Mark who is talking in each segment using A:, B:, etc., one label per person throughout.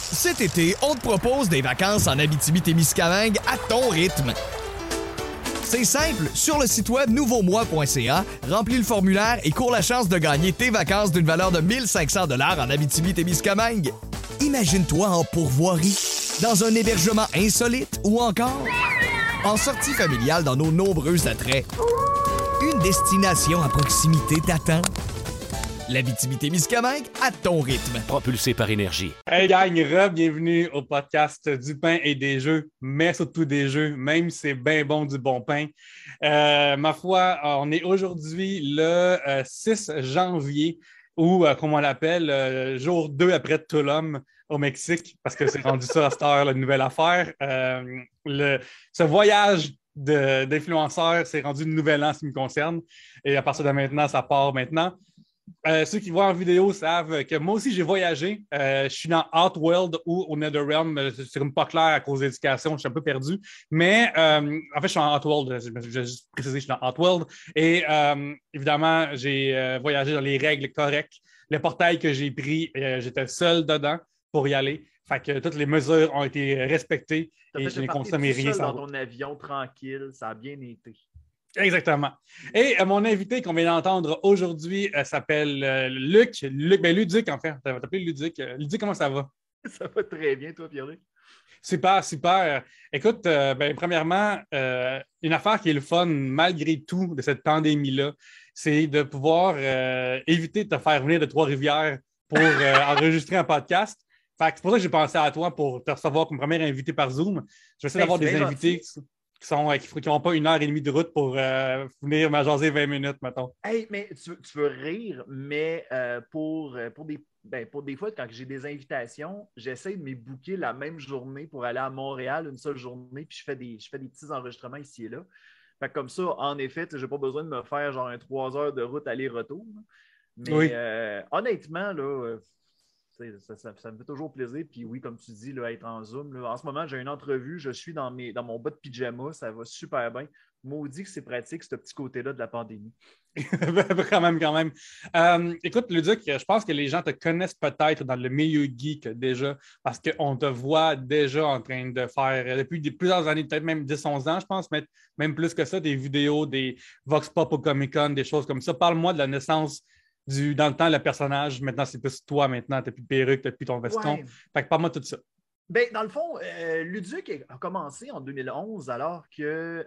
A: Cet été, on te propose des vacances en Abitibi-Témiscamingue à ton rythme. C'est simple, sur le site web nouveaumois.ca, remplis le formulaire et cours la chance de gagner tes vacances d'une valeur de 1 500 $ en Abitibi-Témiscamingue. Imagine-toi en pourvoirie, dans un hébergement insolite ou encore en sortie familiale dans nos nombreux attraits. Une destination à proximité t'attend. L'Abitibi-Témiscamingue à ton rythme.
B: Propulsé par Énergie.
C: Hey gang, bienvenue au podcast du pain et des jeux, mais surtout des jeux, même si c'est bien bon du bon pain. Ma foi, on est aujourd'hui le 6 janvier, ou comme on l'appelle, jour 2 après Tulum au Mexique, parce que c'est rendu ça à cette heure, la nouvelle affaire. Ce voyage d'influenceurs, c'est rendu le nouvel an, ce qui me concerne. Et à partir de maintenant, ça part maintenant. Ceux qui voient en vidéo savent que moi aussi, j'ai voyagé. Je suis dans Outworld ou au Netherrealm. C'est comme pas clair à cause de l'éducation. Je suis un peu perdu. Mais en fait, je suis en Outworld. Je vais juste préciser, je suis dans Outworld. Et évidemment, j'ai voyagé dans les règles correctes. Le portail que j'ai pris, j'étais seul dedans pour y aller. Fait que toutes les mesures ont été respectées et je n'ai consommé rien.
D: Dans ton avion tranquille, ça a bien été.
C: Exactement. Et mon invité qu'on vient d'entendre aujourd'hui s'appelle Luc. Ludic, en fait. Tu vas t'appeler Ludic. Ludic, comment ça va?
D: Ça va très bien, toi, Pierre-Luc.
C: Super, super. Écoute, premièrement, une affaire qui est le fun, malgré tout, de cette pandémie-là, c'est de pouvoir éviter de te faire venir de Trois-Rivières pour enregistrer un podcast. Fait que c'est pour ça que j'ai pensé à toi pour te recevoir comme premier invité par Zoom. Je vais essayer d'avoir des invités qui n'ont pas 1h30 de route pour venir me jaser 20 minutes, mettons.
D: Hey, mais tu veux rire, mais pour des fois, quand j'ai des invitations, j'essaie de me booker la même journée pour aller à Montréal, une seule journée, puis je fais des petits enregistrements ici et là. Fait que comme ça, en effet, je n'ai pas besoin de me faire genre 3 heures de route aller-retour. Mais oui. Honnêtement, là, ça me fait toujours plaisir. Puis oui, comme tu dis, là, être en Zoom. Là, en ce moment, j'ai une entrevue, je suis dans mon bas de pyjama, ça va super bien. Maudit que c'est pratique, ce petit côté-là de la pandémie.
C: quand même. Écoute, Ludic, je pense que les gens te connaissent peut-être dans le milieu geek déjà, parce qu'on te voit déjà en train de faire, depuis plusieurs années, peut-être même 10-11 ans, je pense, même plus que ça, des vidéos, des Vox Pop au Comic-Con, des choses comme ça. Parle-moi de la naissance dans le temps, le personnage. Maintenant, c'est plus toi maintenant. Tu n'as plus de perruque, tu n'as plus ton veston.
D: Ouais.
C: Fait que parle-moi de tout ça.
D: Ben, dans le fond, Ludic a commencé en 2011 alors que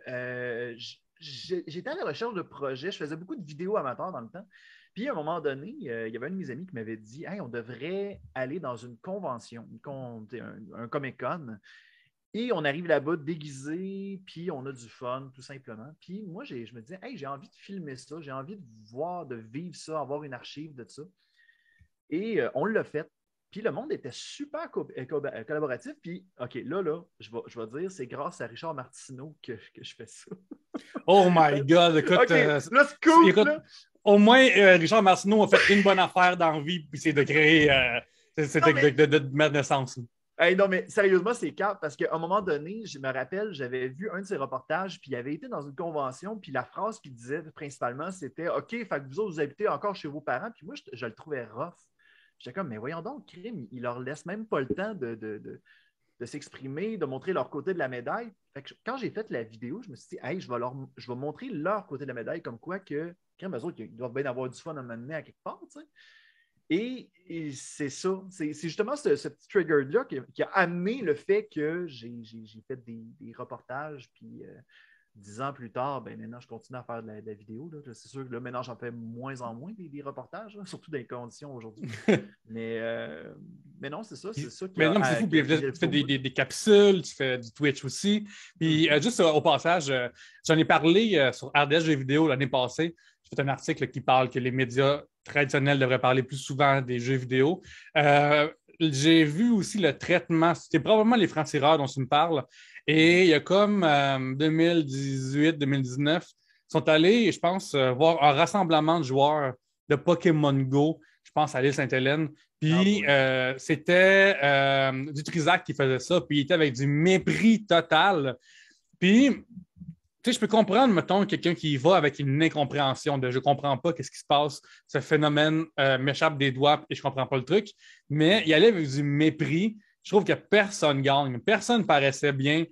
D: j'étais à la recherche de projets. Je faisais beaucoup de vidéos amateurs dans le temps. Puis, à un moment donné, il y avait un de mes amis qui m'avait dit « Hey, on devrait aller dans une convention, un Comic-Con. » Et on arrive là-bas déguisé, puis on a du fun, tout simplement. Puis moi, je me disais, hey, j'ai envie de filmer ça, j'ai envie de voir, de vivre ça, avoir une archive de ça. Et on l'a fait. Puis le monde était super collaboratif. Puis, OK, là, je vais dire, c'est grâce à Richard Martineau que je fais ça.
C: Oh my God! Écoute,
D: okay, là, scoop,
C: écoute,
D: là.
C: Au moins, Richard Martineau a fait une bonne affaire dans la vie, puis c'est de créer, de mettre naissance.
D: Hey, non, mais sérieusement, c'est cap parce qu'à un moment donné, je me rappelle, j'avais vu un de ses reportages, puis il avait été dans une convention, puis la phrase qu'il disait principalement, c'était « OK, fait que vous autres, vous habitez encore chez vos parents. » Puis moi, je le trouvais rough. J'étais comme « Mais voyons donc, crime, il leur laisse même pas le temps de s'exprimer, de montrer leur côté de la médaille. » Fait que quand j'ai fait la vidéo, je me suis dit « Hey, je vais montrer leur côté de la médaille, comme quoi que, crime, eux autres, ils doivent bien avoir du fun à m'amener à quelque part, tu sais. » Et c'est ça. C'est justement ce petit trigger-là qui a amené le fait que j'ai fait des reportages. Puis 10 ans plus tard, maintenant, je continue à faire de la vidéo. Là. C'est sûr que là, maintenant, j'en fais moins en moins des reportages, là, surtout dans les conditions aujourd'hui. mais non, c'est ça. C'est ça
C: mais non, mais c'est fou. Tu fais des capsules, tu fais du Twitch aussi. Puis juste au passage, j'en ai parlé sur RDS Jeux vidéo l'année passée. J'ai fait un article qui parle que les médias traditionnels devraient parler plus souvent des jeux vidéo. J'ai vu aussi le traitement, c'était probablement les francs-tireurs dont tu me parles, et il y a comme 2018-2019, sont allés, je pense, voir un rassemblement de joueurs de Pokémon Go, je pense à l'île Sainte-Hélène, puis c'était du Trisac qui faisait ça, puis il était avec du mépris total. Puis tu sais, je peux comprendre, mettons, quelqu'un qui y va avec une incompréhension de « je comprends pas qu'est-ce qui se passe, ce phénomène m'échappe des doigts et je comprends pas le truc », mais il allait avec du mépris, je trouve que personne gagne. Personne paraissait bien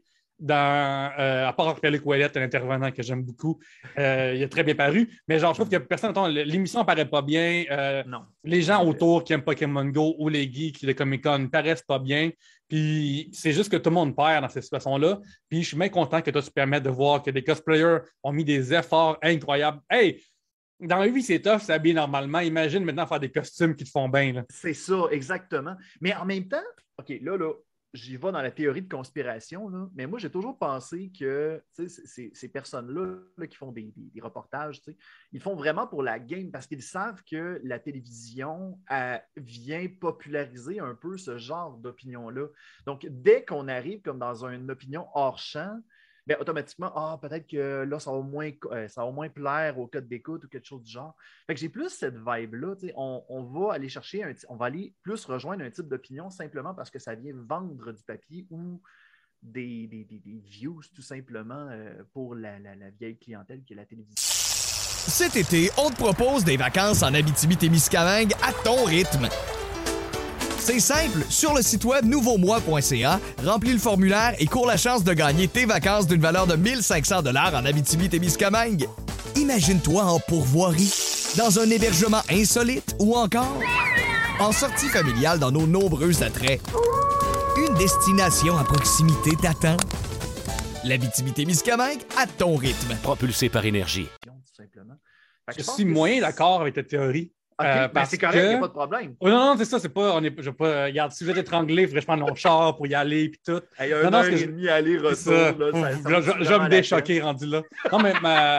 C: à part Pierre-Luc Ouellette, un intervenant que j'aime beaucoup. Il a très bien paru. Mais genre, je trouve que personne, l'émission paraît pas bien.
D: Non.
C: Les gens autour qui aiment Pokémon Go ou les geeks de Comic-Con paraissent pas bien. Puis c'est juste que tout le monde perd dans cette situation-là. Puis je suis bien content que toi, tu permettes de voir que des cosplayers ont mis des efforts incroyables. Hey! Dans la vie, c'est tough, ça s'habiller normalement. Imagine maintenant faire des costumes qui te font bien. Là.
D: C'est ça, exactement. Mais en même temps, OK, là, j'y vais dans la théorie de conspiration, là, mais moi, j'ai toujours pensé que ces personnes-là là, qui font des reportages, ils font vraiment pour la game parce qu'ils savent que la télévision vient populariser un peu ce genre d'opinion-là. Donc, dès qu'on arrive comme dans une opinion hors champ, bien, automatiquement, peut-être que là, ça va moins plaire au code d'écoute ou quelque chose du genre. Fait que j'ai plus cette vibe-là. On va aller chercher, on va aller plus rejoindre un type d'opinion simplement parce que ça vient vendre du papier ou des views, tout simplement, pour la vieille clientèle qui est la télévision.
A: Cet été, on te propose des vacances en Abitibi-Témiscamingue à ton rythme. C'est simple, sur le site web nouveaumois.ca, remplis le formulaire et cours la chance de gagner tes vacances d'une valeur de 1 500 $ en Abitibi-Témiscamingue. Imagine-toi en pourvoirie, dans un hébergement insolite ou encore en sortie familiale dans nos nombreux attraits. Une destination à proximité t'attend. L'Abitibi-Témiscamingue à ton rythme.
B: Propulsé par énergie.
D: Tout simplement.
C: Je suis moyen d'accord avec ta théorie.
D: Okay, c'est correct, il n'y a pas de problème.
C: Oh, non, c'est ça, c'est pas. Je vais pas. Regarde, si je vais t'étrangler, il faudrait que je prenne mon char pour y aller puis tout.
D: Il y a un heure et demie aller-retour.
C: Je vais me déchoquer rendu là. Non, mais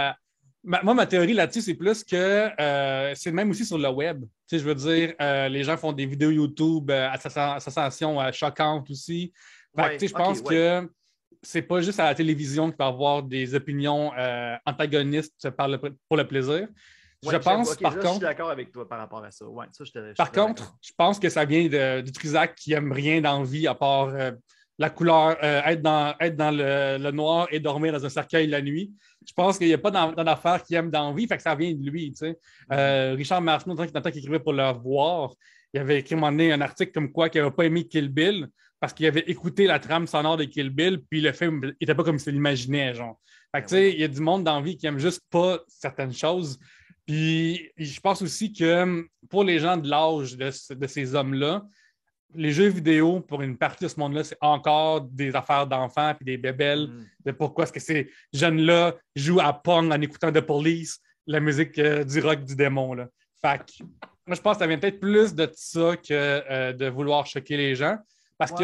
C: ma théorie là-dessus, c'est plus que c'est même aussi sur le web. Tu sais, je veux dire, les gens font des vidéos YouTube à sensation choquante aussi. Fait que, je pense que c'est pas juste à la télévision qu'il peut y avoir des opinions antagonistes pour le plaisir.
D: Ouais,
C: par contre.
D: Je suis d'accord avec toi par rapport à ça. Ouais, ça
C: par contre, je pense que ça vient du Trisac qui aime rien dans la vie à part la couleur, être dans le noir et dormir dans un cercueil la nuit. Je pense qu'il n'y a pas d'affaires qu'il aime dans la vie, fait que ça vient de lui. Tu sais. Richard Martineau, dans le temps qu'il écrivait pour Le Voir, il avait écrit un article comme quoi qu'il n'avait pas aimé Kill Bill parce qu'il avait écouté la trame sonore de Kill Bill, puis le film n'était pas comme il l'imaginait. Genre. Fait que, tu sais, il y a du monde dans la vie qui aime juste pas certaines choses. Puis je pense aussi que pour les gens de l'âge de ces hommes-là, les jeux vidéo, pour une partie de ce monde-là, c'est encore des affaires d'enfants puis des bébelles. De pourquoi est-ce que ces jeunes-là jouent à Pong en écoutant The Police, la musique du rock du démon. Là. Fait que, moi, je pense que ça vient peut-être plus de ça que de vouloir choquer les gens. Parce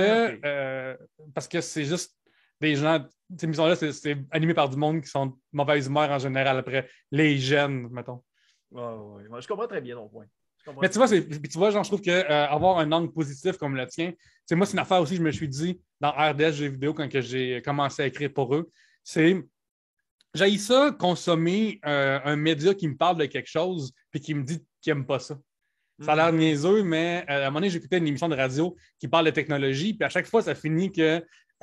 C: que c'est juste des gens. Ces missions-là, c'est animé par du monde qui sont de mauvaise humeur en général après. Les jeunes, mettons.
D: Je comprends très bien ton point.
C: Mais tu vois, genre, je trouve qu'avoir un angle positif comme le tien, moi, c'est une affaire aussi, je me suis dit, dans RDS Jeux vidéo, quand j'ai commencé à écrire pour eux, c'est j'haïs ça, consommer un média qui me parle de quelque chose puis qui me dit qu'il n'aime pas ça. Ça a l'air niaiseux, mais à un moment donné, j'écoutais une émission de radio qui parle de technologie, puis à chaque fois, ça finit que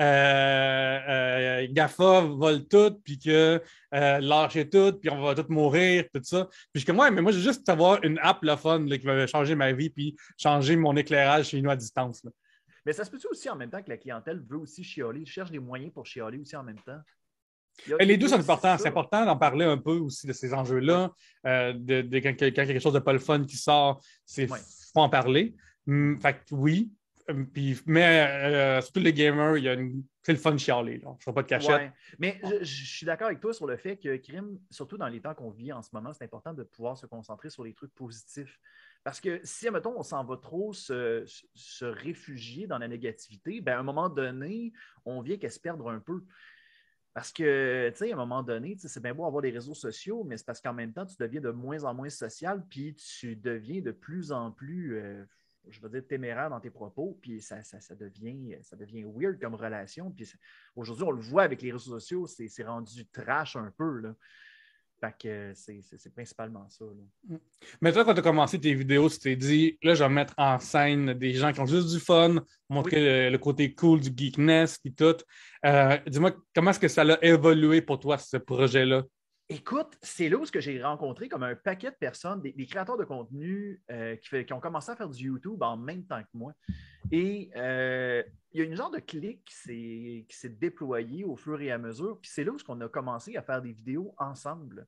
C: GAFA vole tout, puis que lâcher tout, puis on va tous mourir, tout ça. Puis je suis comme, ouais, mais moi, j'ai juste avoir une app, le fun, là, qui va changer ma vie, puis changer mon éclairage chez nous à distance. Là.
D: Mais ça se peut-tu aussi en même temps que la clientèle veut aussi chialer, cherche des moyens pour chialer aussi en même temps?
C: Les deux sont importants. C'est important d'en parler un peu aussi de ces enjeux-là. Quand il y a quelque chose de pas le fun qui sort, il faut en parler. Fait que oui. Mais surtout les gamers, c'est le fun de chialer. Je ne ferai pas de cachette.
D: Ouais. Mais je suis d'accord avec toi sur le fait que crime, surtout dans les temps qu'on vit en ce moment, c'est important de pouvoir se concentrer sur les trucs positifs. Parce que si, admettons, on s'en va trop se réfugier dans la négativité, ben, à un moment donné, on vient qu'à se perdre un peu. Parce que, tu sais, à un moment donné, c'est bien beau avoir des réseaux sociaux, mais c'est parce qu'en même temps, tu deviens de moins en moins social, puis tu deviens de plus en plus, je veux dire, téméraire dans tes propos, puis ça devient weird comme relation. Puis aujourd'hui, on le voit avec les réseaux sociaux, c'est rendu trash un peu, là. Fait que c'est principalement ça. Là.
C: Mais toi, quand tu as commencé tes vidéos, tu t'es dit, là, je vais mettre en scène des gens qui ont juste du fun, montrer le côté cool du geekness et tout. Dis-moi, comment est-ce que ça a évolué pour toi, ce projet-là?
D: Écoute, c'est là où j'ai rencontré comme un paquet de personnes, des créateurs de contenu qui ont commencé à faire du YouTube en même temps que moi. Et il y a une genre de clique qui s'est déployée au fur et à mesure. Puis c'est là où on a commencé à faire des vidéos ensemble.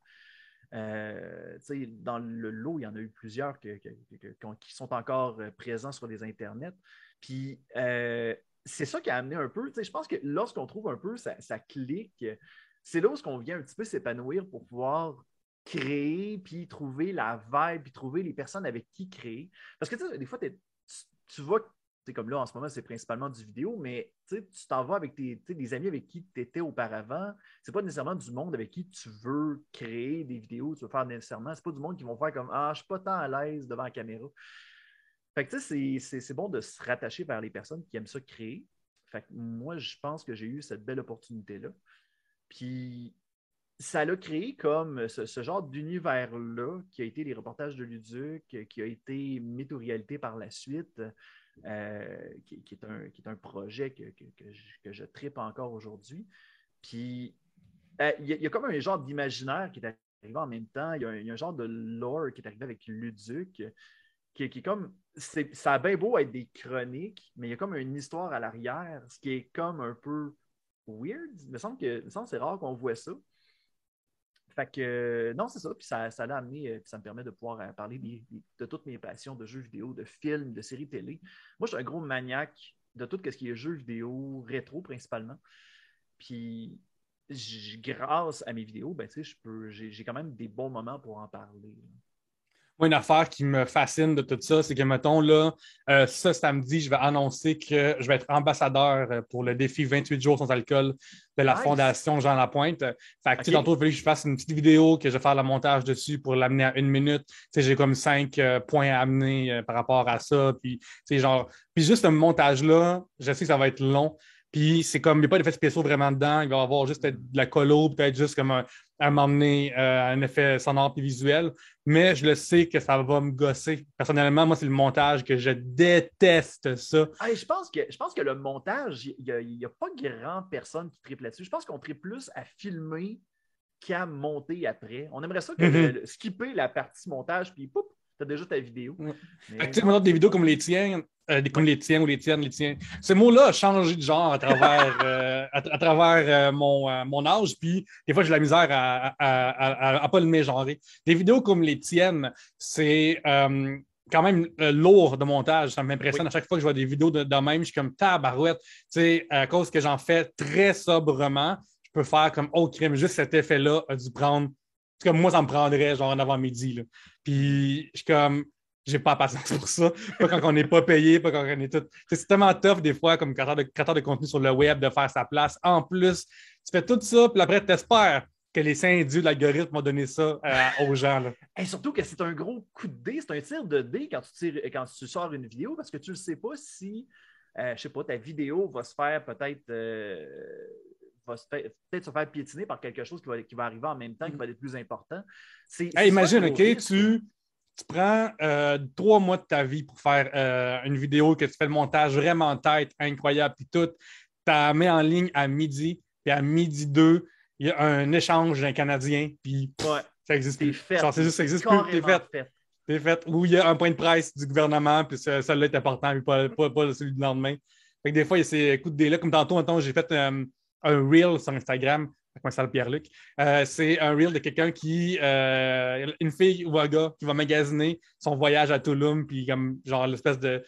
D: Dans le lot, il y en a eu plusieurs qui sont encore présents sur les internets. Puis c'est ça qui a amené un peu. Je pense que lorsqu'on trouve un peu sa clique, c'est là où on vient un petit peu s'épanouir pour pouvoir créer, puis trouver la vibe, puis trouver les personnes avec qui créer. Parce que des fois, tu vois, comme là en ce moment, c'est principalement du vidéo, mais tu t'en vas avec des amis avec qui tu étais auparavant. C'est pas nécessairement du monde avec qui tu veux créer des vidéos, tu veux faire nécessairement. C'est pas du monde qui vont faire comme Ah, je suis pas tant à l'aise devant la caméra. Fait que c'est bon de se rattacher vers les personnes qui aiment ça créer. Fait que moi, je pense que j'ai eu cette belle opportunité-là. Puis ça l'a créé comme ce genre d'univers-là qui a été les reportages de Luduc, qui a été Mytho-réalité par la suite, qui est un projet que je tripe encore aujourd'hui. Puis il y a comme un genre d'imaginaire qui est arrivé en même temps. Il y a un genre de lore qui est arrivé avec Luduc, qui est comme. Ça a bien beau être des chroniques, mais il y a comme une histoire à l'arrière, ce qui est comme un peu weird. Il me semble que c'est rare qu'on voit ça. Fait que non, c'est ça. Puis ça l'a amené, puis ça me permet de pouvoir parler de toutes mes passions de jeux vidéo, de films, de séries télé. Moi, je suis un gros maniaque de tout ce qui est jeux vidéo, rétro principalement. Puis grâce à mes vidéos, ben, j'ai quand même des bons moments pour en parler.
C: Moi, une affaire qui me fascine de tout ça, c'est que, mettons, là, ce samedi, je vais annoncer que je vais être ambassadeur pour le défi 28 jours sans alcool de la
D: Nice.
C: Fondation Jean Lapointe. Fait que,
D: Okay.
C: tantôt, il fallait que je fasse une petite vidéo, que je vais faire le montage dessus pour l'amener à 1 minute. J'ai comme 5 points à amener par rapport à ça. Puis, genre, puis juste ce montage-là, je sais que ça va être long. Puis c'est comme, il n'y a pas d'effets spéciaux vraiment dedans. Il va y avoir juste de la colo, peut-être juste comme à m'emmener un effet sonore puis visuel. Mais je le sais que ça va me gosser. Personnellement, moi, c'est le montage que je déteste ça.
D: Hey, je pense que le montage, il n'y a pas grand personne qui triple là-dessus. Je pense qu'on triple plus à filmer qu'à monter après. On aimerait ça que skipper la partie montage, puis poup, tu as déjà ta vidéo.
C: Tu sais, maintenant, des vidéos comme les tiennes, comme les tiennes ou les tiennes, les tiens. Ce mot-là a changé de genre à travers mon âge, puis des fois, j'ai de la misère à pas le mégenrer. Des vidéos comme les tiennes, c'est quand même lourd de montage. Ça m'impressionne à chaque fois que je vois des vidéos de même. Je suis comme tabarouette. Tu sais, à cause que j'en fais très sobrement, je peux faire comme oh crème, juste cet effet-là a dû prendre. Comme moi, ça me prendrait genre en avant-midi. Là. Puis je suis comme j'ai pas la patience pour ça. Pas quand on n'est pas payé, pas quand on est tout. C'est tellement tough des fois comme créateur de contenu sur le web de faire sa place. En plus, tu fais tout ça, puis après, tu espères que les saints dieux de l'algorithme vont donner ça aux gens. Là.
D: Et surtout que c'est un gros coup de dé, c'est un tir de dé quand tu sors une vidéo parce que tu ne sais pas si, je sais pas, ta vidéo va se faire peut-être peut-être se faire piétiner par quelque chose qui va arriver en même temps, qui va être plus important.
C: Imagine, OK, tu prends 3 mois de ta vie pour faire une vidéo que tu fais le montage vraiment tête, incroyable, puis tout. Tu la mets en ligne à midi, puis à midi 2, il y a un échange d'un Canadien, puis ça existe plus.
D: Fait.
C: Ça existe plus, t'es fait. T'es fait. Ou il y a un point de presse du gouvernement, puis celui-là est important, puis pas celui du lendemain. Fait que des fois, il y a ces coups de dé-là. Comme tantôt, j'ai fait un reel sur Instagram. Comment ça, Pierre-Luc? C'est un reel de quelqu'un une fille ou un gars qui va magasiner son voyage à Tulum, puis comme genre l'espèce de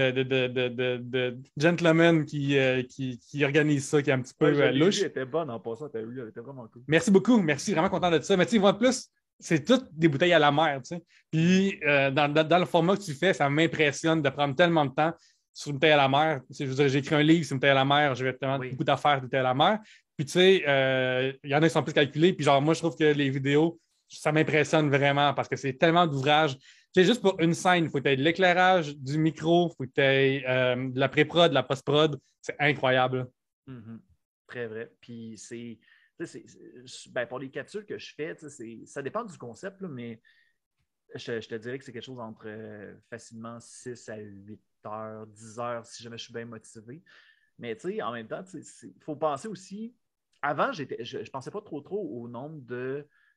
C: gentleman qui organise ça, qui est un petit peu louche.
D: Elle était bonne en passant, elle était vraiment cool.
C: Merci beaucoup, merci, vraiment content de ça. Mais tu sais, en plus, c'est toutes des bouteilles à la mer, tu sais. Puis dans le format que tu fais, ça m'impressionne de prendre tellement de temps sur une bouteille à la mer. Tu sais, je veux dire, j'ai écrit un livre sur une bouteille à la mer, j'ai tellement beaucoup d'affaires de bouteille à la mer. Puis, tu sais, il y en a qui sont plus calculés. Puis, genre, moi, je trouve que les vidéos, ça m'impressionne vraiment parce que c'est tellement d'ouvrages. Tu sais, juste pour une scène, il faut que tu aies de l'éclairage, du micro, il faut que tu aies de la pré-prod, de la post-prod. C'est incroyable.
D: Mm-hmm. Très vrai. Puis, pour les capsules que je fais, ça dépend du concept, là, mais je te dirais que c'est quelque chose entre facilement 6 à 8 heures, 10 heures, si jamais je suis bien motivé. Mais, tu sais, en même temps, il faut penser aussi. Avant, je ne pensais pas trop au nombre de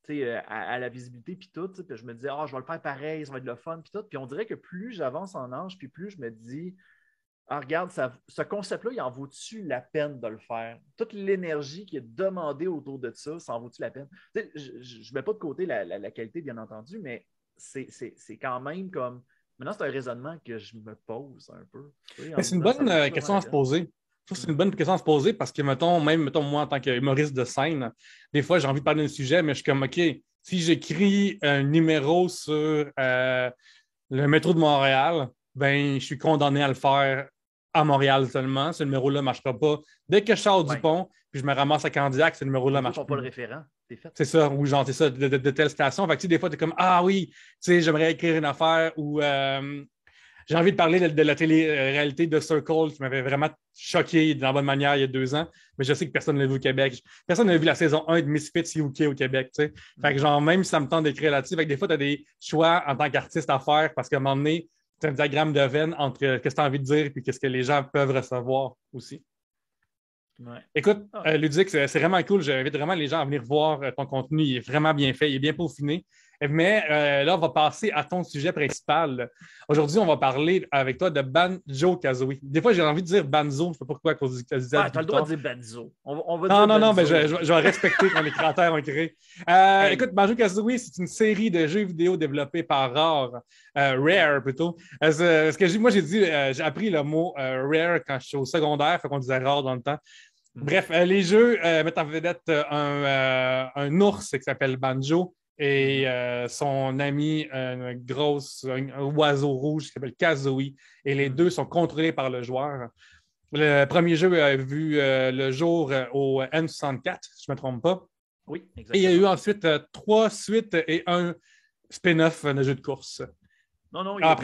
D: à la visibilité, puis tout. Puis je me disais, je vais le faire pareil, ça va être le fun, puis tout. Puis on dirait que plus j'avance en âge, puis plus je me dis, regarde, ce concept-là, il en vaut-tu la peine de le faire? Toute l'énergie qui est demandée autour de ça en vaut-tu la peine? Je ne mets pas de côté la qualité, bien entendu, mais c'est quand même comme. Maintenant, c'est un raisonnement que je me pose un peu.
C: Mais c'est une bonne question à se poser. Je trouve que c'est une bonne question à se poser parce que, mettons, moi, en tant qu'humoriste de scène, des fois, j'ai envie de parler d'un sujet, mais je suis comme, OK, si j'écris un numéro sur le métro de Montréal, ben, je suis condamné à le faire à Montréal seulement. Ce numéro-là ne marchera pas. Dès que je sors du pont, puis je me ramasse à Candiac, ce numéro-là ne marche pas.
D: Pas le référent.
C: C'est ça, ou genre, c'est ça, de telle station. Fait que, des fois, tu es comme, ah oui, tu sais, j'aimerais écrire une affaire ou j'ai envie de parler de la télé-réalité de Circle qui m'avait vraiment choqué de la bonne manière il y a 2 ans, mais je sais que personne ne l'a vu au Québec. Personne n'a vu la saison 1 de Misfits UK au Québec, tu sais. Fait que genre, même si ça me tente d'écrire là-dessus, fait que des fois, tu as des choix en tant qu'artiste à faire parce qu'à un moment donné, tu as un diagramme de veine entre ce que tu as envie de dire et ce que les gens peuvent recevoir aussi.
D: Ouais.
C: Écoute, Ludic, c'est vraiment cool. J'invite vraiment les gens à venir voir ton contenu. Il est vraiment bien fait, il est bien peaufiné. Mais là, on va passer à ton sujet principal. Aujourd'hui, on va parler avec toi de Banjo-Kazooie. Des fois, j'ai envie de dire Banzo. Je ne sais pas pourquoi, à cause du
D: tu as le droit de dire Banzo. On va
C: non,
D: dire
C: non,
D: Banzo.
C: mais je vais respecter quand les créateurs ont créé. Écoute, Banjo-Kazooie, c'est une série de jeux vidéo développés par Rare plutôt. Moi, j'ai appris le mot Rare quand je suis au secondaire, fait qu'on disait Rare dans le temps. Bref, les jeux mettent en vedette un ours qui s'appelle Banjo et son ami, un oiseau rouge qui s'appelle Kazooie. Et les deux sont contrôlés par le joueur. Le premier jeu a vu le jour au N64, si je ne me trompe pas.
D: Oui, exactement.
C: Et il y a eu ensuite 3 suites et un spin-off de jeu de course.
D: Non, il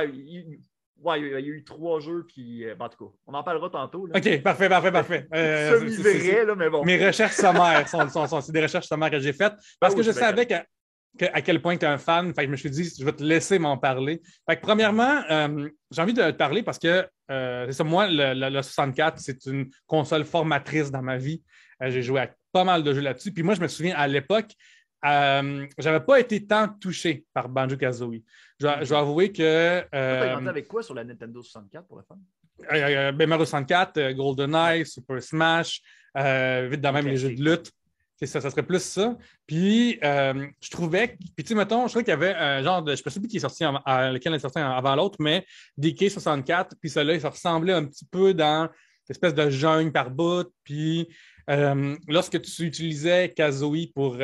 D: y a eu 3 jeux, puis en tout cas, on en parlera tantôt. Là.
C: OK, parfait.
D: Semi-vrai, là, mais bon.
C: Mes recherches sommaires c'est des recherches sommaires que j'ai faites parce que je savais à quel point tu es un fan. Fait que je me suis dit, je vais te laisser m'en parler. Fait que premièrement, j'ai envie de te parler parce que c'est ça, moi, le 64, c'est une console formatrice dans ma vie. J'ai joué à pas mal de jeux là-dessus. Puis moi, je me souviens, à l'époque, j'avais pas été tant touché par Banjo-Kazooie. Je vais avouer que...
D: Tu as grandi avec quoi sur la Nintendo 64 pour le fun?
C: Mario 64, GoldenEye, Super Smash, vite dans même les jeux de lutte. C'est ça serait plus ça. Puis, je trouvais, puis tu sais, mettons, je trouvais qu'il y avait un genre de, je ne sais plus qui est sorti, lequel est sorti avant l'autre, mais DK64, puis celui-là, ça ressemblait un petit peu dans l'espèce de jungle par bout. Puis, lorsque tu utilisais Kazooie pour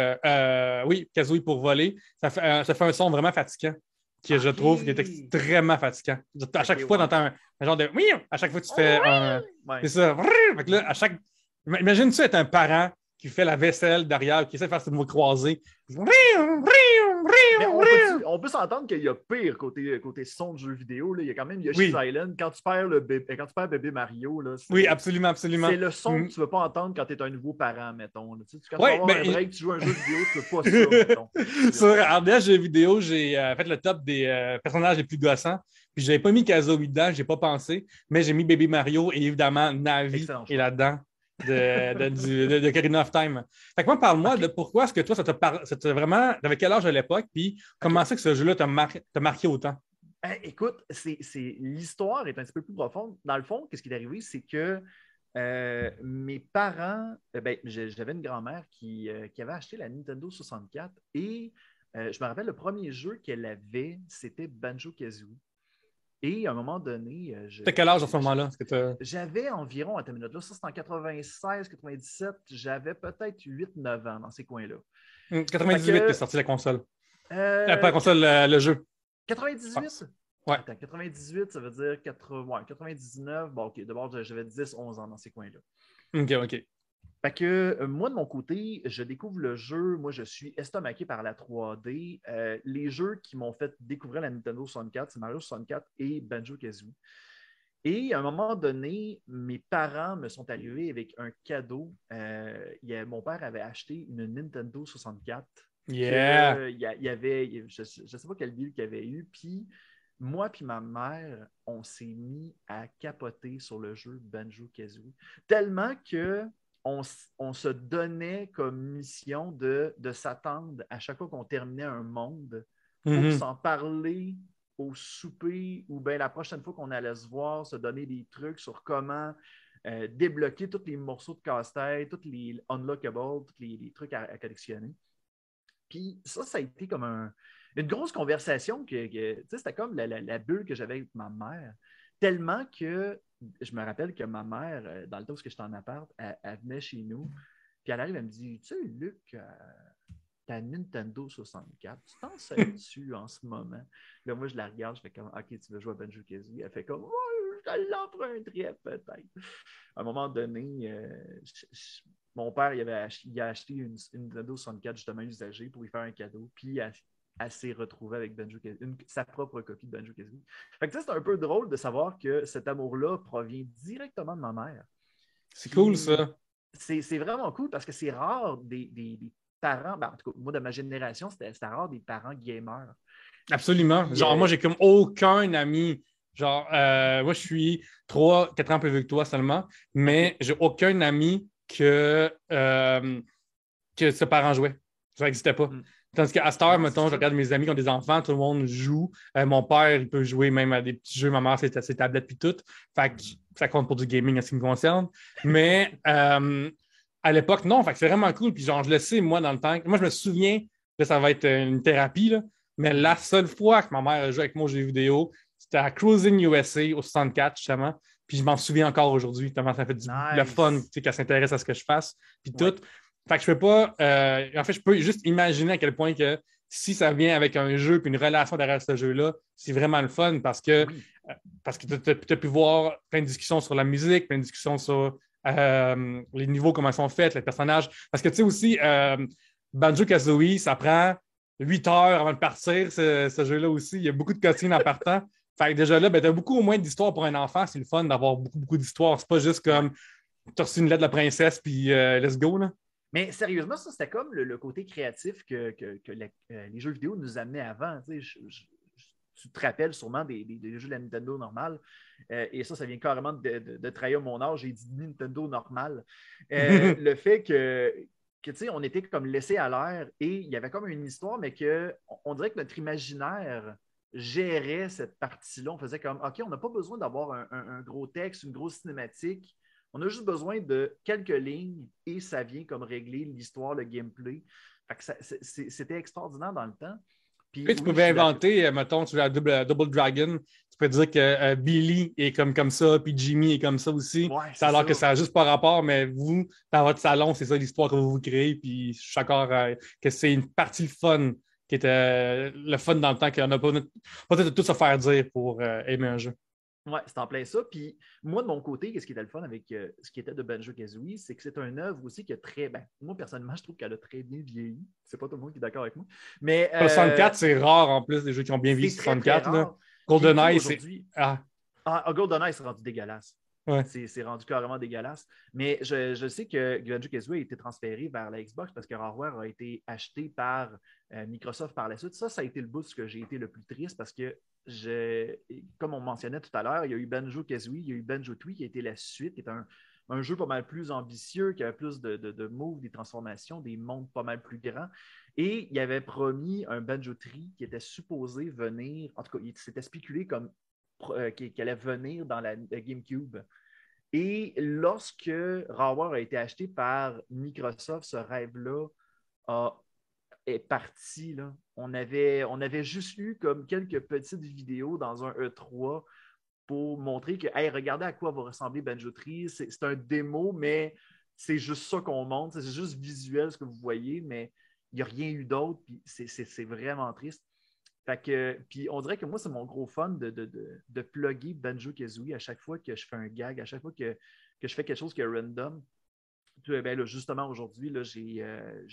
C: voler, ça fait un son vraiment fatigant, que je trouve qui est extrêmement fatigant. À chaque fois, dans un genre de oui, à chaque fois, tu fais un. C'est ça. Fait que là, imagine-tu être un parent qui fait la vaisselle derrière, qui essaie de faire ce mot croisé.
D: Mais on peut s'entendre qu'il y a pire côté son de jeux vidéo. Là. Il y a quand même Yoshi's Island. Quand tu perds bébé Mario, là,
C: oui, absolument.
D: C'est le son que tu ne veux pas entendre quand tu es un nouveau parent, mettons. Quand tu vas avoir un break, tu joues à un jeu vidéo, tu ne veux pas ça, mettons.
C: Sur RDS Jeux vidéo, j'ai fait le top des personnages les plus gossants. Puis je n'avais pas mis Kazooie dedans, je n'ai pas pensé, mais j'ai mis Bébé Mario et évidemment Navi est là-dedans. De Ocarina of Time. Fait que moi, parle-moi de pourquoi est-ce que toi, ça t'a vraiment. Avec quel âge à l'époque, puis comment c'est que ce jeu-là t'a marqué autant?
D: Écoute, l'histoire est un petit peu plus profonde. Dans le fond, qu'est-ce qui est arrivé, c'est que mes parents, j'avais une grand-mère qui avait acheté la Nintendo 64 et je me rappelle le premier jeu qu'elle avait, c'était Banjo-Kazooie. Et à un moment donné...
C: T'as quel âge à ce moment-là?
D: J'avais environ, à ta minute là, ça c'était en 96, 97, j'avais peut-être 8-9 ans dans ces coins-là.
C: 98 est sorti la console. Pas la console, le jeu.
D: 98?
C: Ouais.
D: Attends, 98, ça veut dire 99. Bon, OK, d'abord, j'avais 10-11 ans dans ces coins-là.
C: OK.
D: Fait que moi, de mon côté, je découvre le jeu. Moi, je suis estomaqué par la 3D. Les jeux qui m'ont fait découvrir la Nintendo 64, c'est Mario 64 et Banjo-Kazooie. Et à un moment donné, mes parents me sont arrivés avec un cadeau. Mon père avait acheté une Nintendo 64.
C: Yeah!
D: Il y avait, je ne sais pas quel deal qu'il y avait eu. Puis moi puis ma mère, on s'est mis à capoter sur le jeu Banjo-Kazooie. Tellement que on se donnait comme mission de s'attendre à chaque fois qu'on terminait un monde pour s'en parler au souper ou bien la prochaine fois qu'on allait se voir, se donner des trucs sur comment débloquer tous les morceaux de casse-tête, tous les unlockables, tous les trucs à collectionner. Puis ça a été comme une grosse conversation c'était comme la bulle que j'avais avec ma mère. Tellement que je me rappelle que ma mère, dans le temps où j'étais en appart, elle venait chez nous, puis elle arrive, elle me dit, tu sais, Luc, ta Nintendo 64, tu t'en sers dessus en ce moment? Là, moi, je la regarde, je fais comme, OK, tu veux jouer à Banjo-Kazooie? Elle fait comme, ouais, je l'emprunterais peut-être. À un moment donné, mon père, il a acheté une Nintendo 64 justement usagée pour lui faire un cadeau, puis elle s'est retrouvée avec sa propre copie de Banjo-Kazooie. Fait que c'est un peu drôle de savoir que cet amour-là provient directement de ma mère.
C: C'est cool, ça.
D: C'est vraiment cool parce que c'est rare des parents, en tout cas, moi, de ma génération, c'était rare des parents gamers.
C: Absolument. Genre, moi, j'ai comme aucun ami. Genre, moi, je suis 3-4 ans plus vieux que toi seulement, mais j'ai aucun ami que ses parents jouaient. Ça n'existait pas. Tandis qu'à cette heure, mettons, je regarde mes amis qui ont des enfants, tout le monde joue. Mon père, il peut jouer même à des petits jeux. Ma mère, c'est ses tablettes puis tout. Fait que ça compte pour du gaming en ce qui me concerne. Mais à l'époque, non. Fait que c'est vraiment cool. Puis genre, je le sais, moi, dans le temps. Moi, je me souviens, là, ça va être une thérapie, là. Mais la seule fois que ma mère a joué avec moi aux jeux vidéo, c'était à Cruising USA au 64, justement. Puis je m'en souviens encore aujourd'hui, tellement ça fait le fun, tu sais, qu'elle s'intéresse à ce que je fasse. Puis tout. Fait que je peux pas. En fait, je peux juste imaginer à quel point que si ça vient avec un jeu puis une relation derrière ce jeu-là, c'est vraiment le fun parce que tu as pu voir plein de discussions sur la musique, plein de discussions sur les niveaux, comment ils sont faits, les personnages. Parce que tu sais aussi, Banjo-Kazooie, ça prend 8 heures avant de partir, ce jeu-là aussi. Il y a beaucoup de cutscenes en partant. Fait que déjà là, ben, tu as beaucoup au moins d'histoires pour un enfant. C'est le fun d'avoir beaucoup, beaucoup d'histoires. C'est pas juste comme tu as reçu une lettre de la princesse puis let's go, là.
D: Mais sérieusement, ça, c'était comme le côté créatif que les jeux vidéo nous amenaient avant. Tu te rappelles sûrement des jeux de la Nintendo normale. Et ça vient carrément de trahir mon âge. J'ai dit Nintendo normal. Le fait que on était comme laissé à l'air et il y avait comme une histoire, mais on dirait que notre imaginaire gérait cette partie-là. On faisait comme, OK, on n'a pas besoin d'avoir un gros texte, une grosse cinématique. On a juste besoin de quelques lignes et ça vient comme régler l'histoire, le gameplay. C'était extraordinaire dans le temps. Puis,
C: tu pouvais inventer, mettons, tu joues à Double Dragon, tu peux dire que Billy est comme ça, puis Jimmy est comme ça aussi.
D: Ouais,
C: alors que ça n'a juste pas rapport, mais vous, dans votre salon, c'est ça l'histoire que vous créez, puis je suis d'accord que c'est une partie fun qui était le fun dans le temps qu'on n'a pas peut-être tout se faire dire pour aimer un jeu.
D: Oui, c'est en plein ça. Puis moi, de mon côté, ce qui était le fun avec ce qui était de Banjo-Kazooie, c'est que c'est une œuvre aussi qui a moi, personnellement, je trouve qu'elle a très bien vieilli. C'est pas tout le monde qui est d'accord avec moi. Mais,
C: 64, c'est rare en plus, des jeux qui ont bien vieilli 64. Là. GoldenEye, c'est.
D: GoldenEye, c'est rendu dégueulasse.
C: Ouais.
D: C'est rendu carrément dégueulasse. Mais je sais que Banjo-Kazooie a été transféré vers la Xbox parce que Rareware a été acheté par Microsoft par la suite. Ça a été le bout que j'ai été le plus triste parce que comme on mentionnait tout à l'heure, il y a eu Banjo-Kazooie, il y a eu Banjo-Tooie qui a été la suite, qui est un jeu pas mal plus ambitieux, qui avait plus de moves, des transformations, des mondes pas mal plus grands. Et il avait promis un Banjo-Tooie qui était supposé venir, en tout cas, il s'était spéculé comme qui allait venir dans la GameCube. Et lorsque Rareware a été acheté par Microsoft, ce rêve-là est parti. Là. On avait juste eu comme quelques petites vidéos dans un E3 pour montrer que, hey, regardez à quoi va ressembler Banjo-Tooie. C'est un démo, mais c'est juste ça qu'on montre. C'est juste visuel ce que vous voyez, mais il n'y a rien eu d'autre. C'est vraiment triste. Puis on dirait que moi, c'est mon gros fun de plugger Banjo-Kazooie à chaque fois que je fais un gag, à chaque fois que je fais quelque chose qui est random. Ben là, justement, aujourd'hui, là, j'ai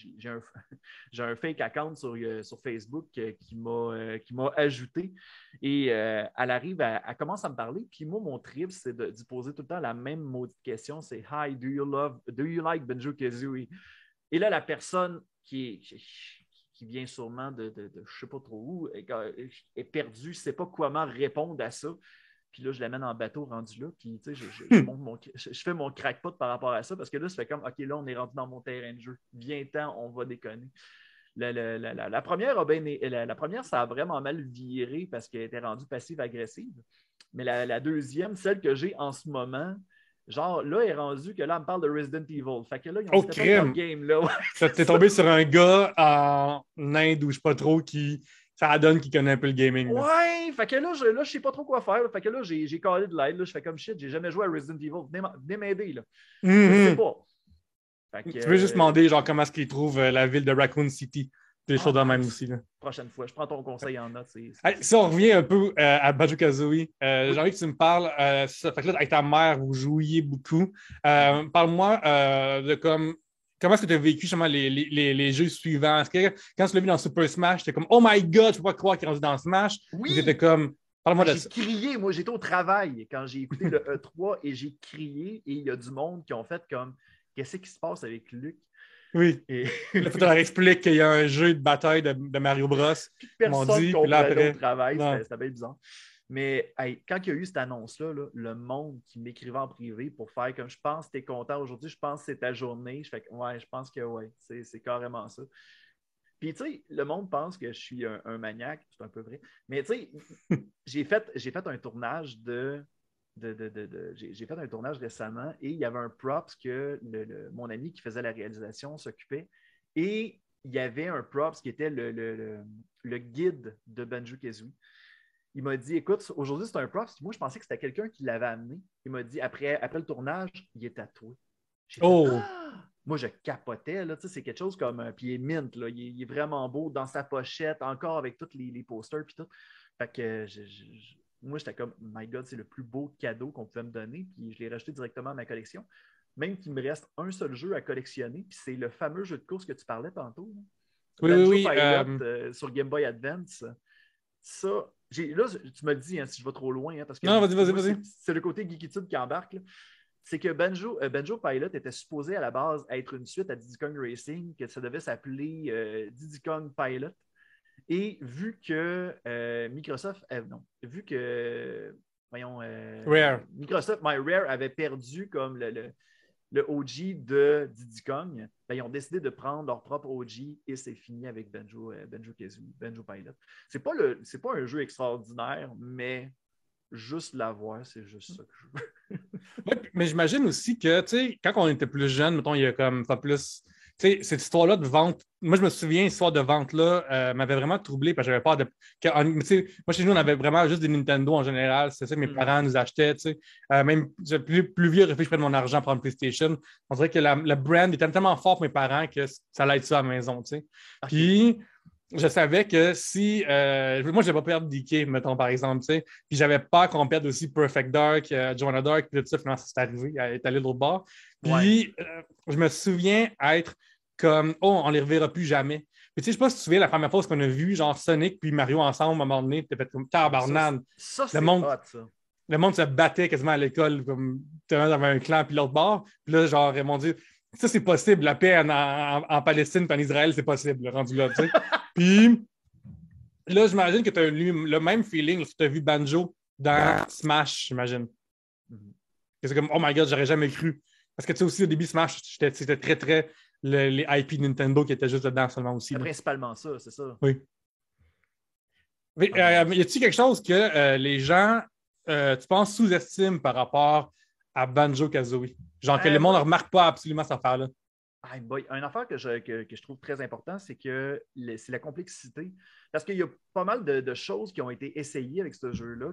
D: un fake account sur Facebook qui m'a ajouté. Et elle arrive, elle commence à me parler. Puis moi, mon trip, c'est d'y poser tout le temps la même maudite question. C'est « Hi, do you like Banjo-Kazooie? » Et là, la personne qui vient sûrement de je ne sais pas trop où, est perdue, ne sait pas comment répondre à ça. Puis là, je l'amène en bateau rendu là. Puis, tu sais, je fais mon crackpot par rapport à ça parce que là, ça fait comme, OK, là, on est rendu dans mon terrain de jeu. Viens-t'en, on va déconner. La première, la première, ça a vraiment mal viré parce qu'elle était rendue passive-agressive. Mais la deuxième, celle que j'ai en ce moment, genre, là, elle est rendue que là, elle me parle de Resident Evil. Fait que là, ils ont
C: crème!
D: Game, là. Ouais,
C: t'es tombé sur un gars en Inde ou je sais pas trop ça donne qu'il connaît un peu le gaming. Là.
D: Ouais, fait que là, je sais pas trop quoi faire. Fait que là, j'ai callé de l'aide. Je fais comme shit, j'ai jamais joué à Resident Evil. Venez m'aider, là. Je sais pas.
C: Tu veux juste demander, genre, comment est-ce qu'ils trouvent la ville de Raccoon City. Des choses de même aussi. Là.
D: Prochaine fois, je prends ton conseil en note.
C: Si on revient un peu à Banjo-Kazooie, j'ai envie que tu me parles. Ça fait que là, avec ta mère, vous jouiez beaucoup. Parle-moi de comment est-ce que tu as vécu justement les jeux suivants? Est-ce que quand tu l'as vu dans Super Smash, t'es comme Oh my God, je peux pas croire qu'il est rendu dans Smash?
D: Oui!
C: C'était comme parle-moi de ça.
D: J'ai crié, moi j'étais au travail quand j'ai écouté le E3 et j'ai crié et il y a du monde qui ont fait comme qu'est-ce qui se passe avec Luc?
C: Oui. Et... Là, faut leur explique qu'il y a un jeu de bataille de Mario Bros.
D: Personne comprenait au travail, c'était bien bizarre. Mais hey, quand il y a eu cette annonce-là, le monde qui m'écrivait en privé pour faire comme je pense que tu es content aujourd'hui, je pense que c'est ta journée. Je fais ouais, je pense que ouais, c'est carrément ça. Puis, tu sais, le monde pense que je suis un maniaque, c'est un peu vrai. Mais, tu sais, j'ai fait un tournage j'ai fait un tournage récemment et il y avait un props que mon ami qui faisait la réalisation s'occupait. Et il y avait un props qui était le guide de Banjo-Kazooie. Il m'a dit, écoute, aujourd'hui, c'est un props. Moi, je pensais que c'était quelqu'un qui l'avait amené. Il m'a dit, après le tournage, il est tatoué. Moi, je capotais. Là, c'est quelque chose comme... Puis il est mint. Là, il est vraiment beau dans sa pochette, encore avec tous les posters. Puis tout. Fait que moi, j'étais comme, my God, c'est le plus beau cadeau qu'on pouvait me donner. Puis je l'ai rajouté directement à ma collection. Même qu'il me reste un seul jeu à collectionner. Puis c'est le fameux jeu de course que tu parlais tantôt. Banjo Pilot sur Game Boy Advance. Ça, là, tu me le dis si je vais trop loin. Parce que
C: non, vas-y.
D: C'est le côté geekitude qui embarque. Là. C'est que Banjo Pilot était supposé à la base être une suite à Diddy Kong Racing, que ça devait s'appeler Diddy Kong Pilot. Et vu que Microsoft, vu que
C: Rare.
D: Microsoft, Rare avait perdu comme le OG de Diddy Kong, ben, ils ont décidé de prendre leur propre OG et c'est fini avec Banjo-Kazooie, Banjo Pilot. C'est pas un jeu extraordinaire, mais juste l'avoir, c'est juste ça que je veux.
C: Oui, mais j'imagine aussi que, tu sais, quand on était plus jeune, mettons, il y a comme pas plus. Tu sais, cette histoire-là de vente, moi, je me souviens, l'histoire de vente-là m'avait vraiment troublé parce que j'avais peur de. Moi, chez nous, on avait vraiment juste des Nintendo en général. C'est ça que mes parents nous achetaient, tu sais. Même plus vieux, je prends mon argent pour une PlayStation. On dirait que le brand était tellement fort pour mes parents que ça allait être ça à la maison, tu sais. Okay. Puis, je savais que si. Moi, je n'avais pas perdre DK, mettons, par exemple, tu sais. Puis, j'avais peur qu'on perde aussi Perfect Dark, Joanna Dark, puis tout ça. Finalement, c'est arrivé, elle est allée de l'autre bord. Puis, je me souviens être comme, oh, on les reverra plus jamais. Puis, tu sais, je sais pas si tu te souviens, la première fois qu'on a vu, genre Sonic puis Mario ensemble, à un moment donné, t'es fait comme tabarnane.
D: Ça, c'est hot, ça.
C: Le monde se battait quasiment à l'école, comme tu avais un clan puis l'autre bord. Puis là, genre, ils m'ont dit, ça, c'est possible. La paix en Palestine et en Israël, c'est possible, rendu là, tu sais. Puis là, j'imagine que tu as eu le même feeling lorsque tu as vu Banjo dans Smash, j'imagine. C'est comme, oh my God, j'aurais jamais cru. Parce que tu sais aussi, au début, Smash, c'était très, très les IP Nintendo qui étaient juste dedans seulement aussi.
D: C'est principalement ça, c'est ça.
C: Oui. Mais, y a-t-il quelque chose que les gens, tu penses, sous-estiment par rapport à Banjo-Kazooie? Genre que le monde ne remarque pas absolument cette affaire-là.
D: Une affaire que je trouve très importante, c'est que c'est la complexité. Parce qu'il y a pas mal de choses qui ont été essayées avec ce jeu-là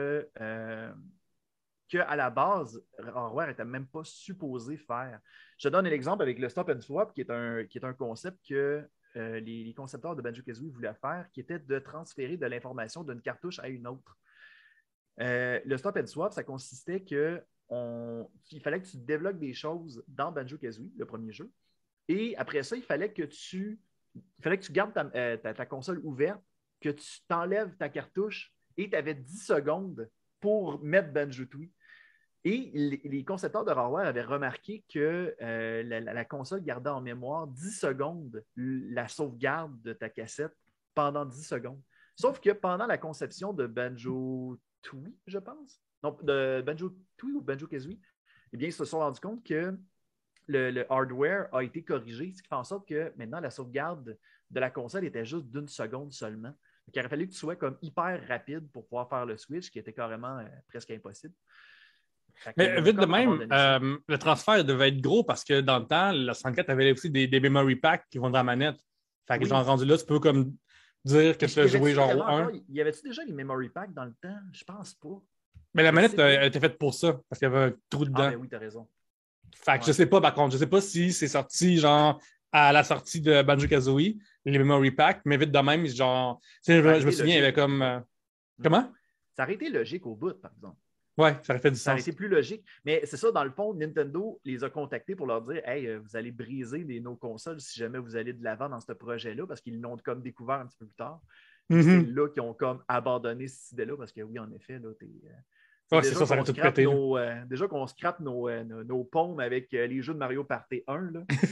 D: qu'à la base, Rareware n'était même pas supposé faire. Je te donne un exemple avec le Stop and Swap, qui est un concept que les concepteurs de Banjo-Kazooie voulaient faire, qui était de transférer de l'information d'une cartouche à une autre. Le Stop and Swap, ça consistait qu'il fallait que tu débloques des choses dans Banjo-Kazooie, le premier jeu. Et après ça, il fallait que tu gardes ta console ouverte, que tu t'enlèves ta cartouche et tu avais 10 secondes pour mettre Banjo-Tooie. Et les concepteurs de Rareware avaient remarqué que la console gardait en mémoire 10 secondes la sauvegarde de ta cassette pendant 10 secondes. Sauf que pendant la conception de Banjo Tooie, je pense. Non, de Banjo-Tooie ou Banjo-Kazooie. Eh bien, ils se sont rendus compte que le hardware a été corrigé, ce qui fait en sorte que maintenant, la sauvegarde de la console était juste d'1 seconde seulement. Donc, il aurait fallu que tu sois comme hyper rapide pour pouvoir faire le switch, qui était carrément presque impossible.
C: Mais vite de même, le transfert devait être gros parce que dans le temps, la 64 avait aussi des memory packs qui vont dans la manette. Fait que genre rendu là, tu peux comme dire que tu as joué genre au 1.
D: Y avait-tu déjà les memory packs dans le temps? Je pense pas.
C: Mais la manette était faite pour ça, parce qu'il y avait un trou dedans.
D: Ah, ben oui, t'as raison.
C: Fait que je sais pas, par contre, je sais pas si c'est sorti genre à la sortie de Banjo-Kazooie, les memory packs, mais vite de même, genre, je me souviens, il y avait comme. Comment?
D: Ça aurait été logique au bout, par exemple.
C: Ouais, ça aurait fait du sens.
D: Ça aurait été plus logique. Mais c'est ça, dans le fond, Nintendo les a contactés pour leur dire hey, vous allez briser nos consoles si jamais vous allez de l'avant dans ce projet-là, parce qu'ils l'ont comme découvert un petit peu plus tard. C'est là qu'ils ont comme abandonné cette idée-là, parce que oui, en effet, là,
C: c'est ça, ça aurait tout pété.
D: Déjà qu'on scrape nos paumes avec les jeux de Mario Party 1,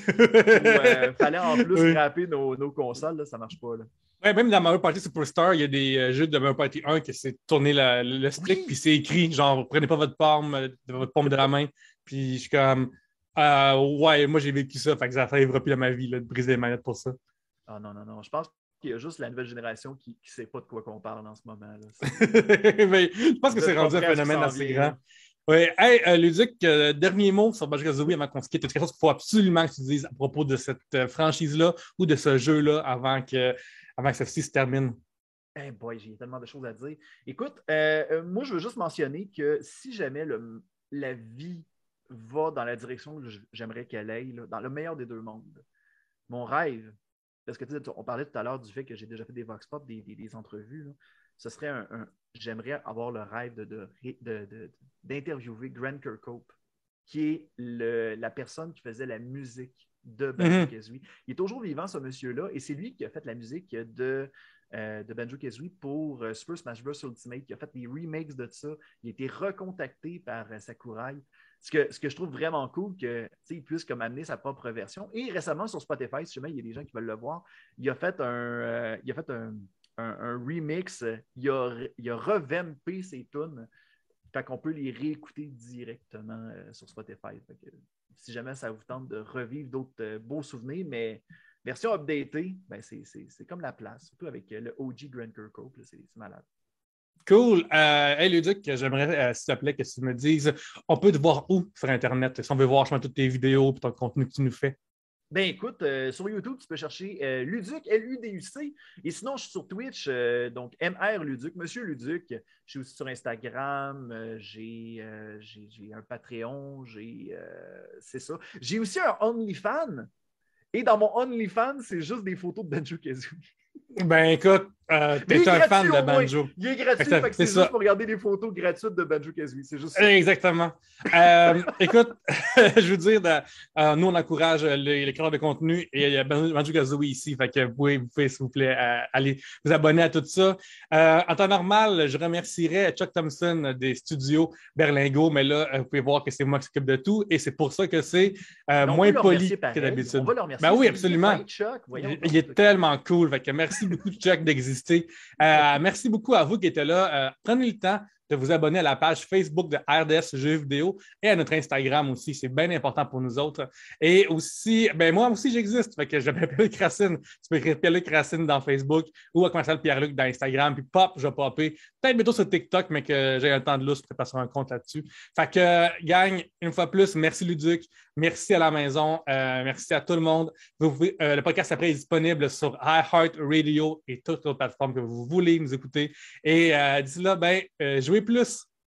D: il fallait en plus scraper nos consoles, là, ça marche pas. Là.
C: Ouais, même dans Mario Party Superstar, il y a des jeux de Mario Party 1 qui s'est tourné le stick, puis c'est écrit, genre, prenez pas votre paume de la main. Puis je suis comme, ouais, moi j'ai vécu ça, fait que ça n'arrivera plus dans ma vie, là, de briser les manettes pour ça.
D: Ah non. Je pense qu'il y a juste la nouvelle génération qui ne sait pas de quoi qu'on parle en ce moment. Là.
C: Mais, je pense que c'est rendu un phénomène assez grand. Oui. Hey, Luduc, dernier mot sur Banjo-Kazooie avant qu'on se quitte. Quelque chose qu'il faut absolument que tu dises à propos de cette franchise-là ou de ce jeu-là avant que celle-ci se termine?
D: Eh boy, j'ai tellement de choses à dire. Écoute, moi, je veux juste mentionner que si jamais la vie va dans la direction que j'aimerais qu'elle aille, là, dans le meilleur des deux mondes, mon rêve, parce que on parlait tout à l'heure du fait que j'ai déjà fait des vox pop, des entrevues, là, ce serait j'aimerais avoir le rêve d'interviewer Grant Kirkhope, qui est la personne qui faisait la musique de Banjo-Kazooie. Il est toujours vivant, ce monsieur-là, et c'est lui qui a fait la musique de Banjo-Kazooie pour Super Smash Bros. Ultimate, qui a fait des remakes de ça. Il a été recontacté par Sakurai. Ce que je trouve vraiment cool, qu'il puisse comme amener sa propre version. Et récemment, sur Spotify, si jamais il y a des gens qui veulent le voir, il a fait un remix. Il a revampé ses tunes. Fait qu'on peut les réécouter directement sur Spotify. Fait que, si jamais ça vous tente de revivre d'autres beaux souvenirs, mais version updatée, ben c'est comme la place, surtout avec le OG Grant Kirkhope, c'est malade.
C: Cool. Hey Luduc, j'aimerais, s'il te plaît, que tu me dises, on peut te voir où sur Internet, si on veut voir toutes tes vidéos et ton contenu que tu nous fais?
D: Ben écoute, sur YouTube, tu peux chercher Luduc, L-U-D-U-C. Et sinon, je suis sur Twitch, donc MR Luduc, Monsieur Luduc. Je suis aussi sur Instagram, j'ai un Patreon, c'est ça. J'ai aussi un OnlyFans. Et dans mon OnlyFans, c'est juste des photos de Banjo-Kazooie.
C: Ben écoute, t'es un fan de Banjo.
D: Il est gratuit, fait que c'est juste pour regarder des photos gratuites de Banjo-Kazooie. C'est juste ça.
C: Exactement. Écoute, je veux dire, nous, on encourage les créateurs de contenu et il y a Banjo-Kazooie ici. Fait que vous pouvez, s'il vous plaît, aller vous abonner à tout ça. En temps normal, je remercierais Chuck Thompson des studios Berlingo, mais là, vous pouvez voir que c'est moi qui s'occupe de tout et c'est pour ça que c'est moins poli que d'habitude.
D: On va le remercier.
C: Ben oui, absolument.
D: Chuck,
C: il est tellement cool. Fait que merci beaucoup, Chuck, d'exister. Merci beaucoup à vous qui étiez là. Prenez le temps de vous abonner à la page Facebook de RDS Jeux vidéo et à notre Instagram aussi. C'est bien important pour nous autres. Et aussi, ben moi aussi, j'existe. Fait que je m'appelle Pierre-Luc Racine. Tu peux écrire Pierre-Luc Racine dans Facebook ou à commercial Pierre-Luc dans Instagram. Puis pop, je vais popper. Peut-être bientôt sur TikTok, mais que j'ai un temps de lousse pour passer un compte là-dessus. Fait que, gang, une fois plus, merci Luduc. Merci à la maison. Merci à tout le monde. Le podcast après est disponible sur iHeartRadio et toutes les autres plateformes que vous voulez nous écouter. Et d'ici là, jouez plus.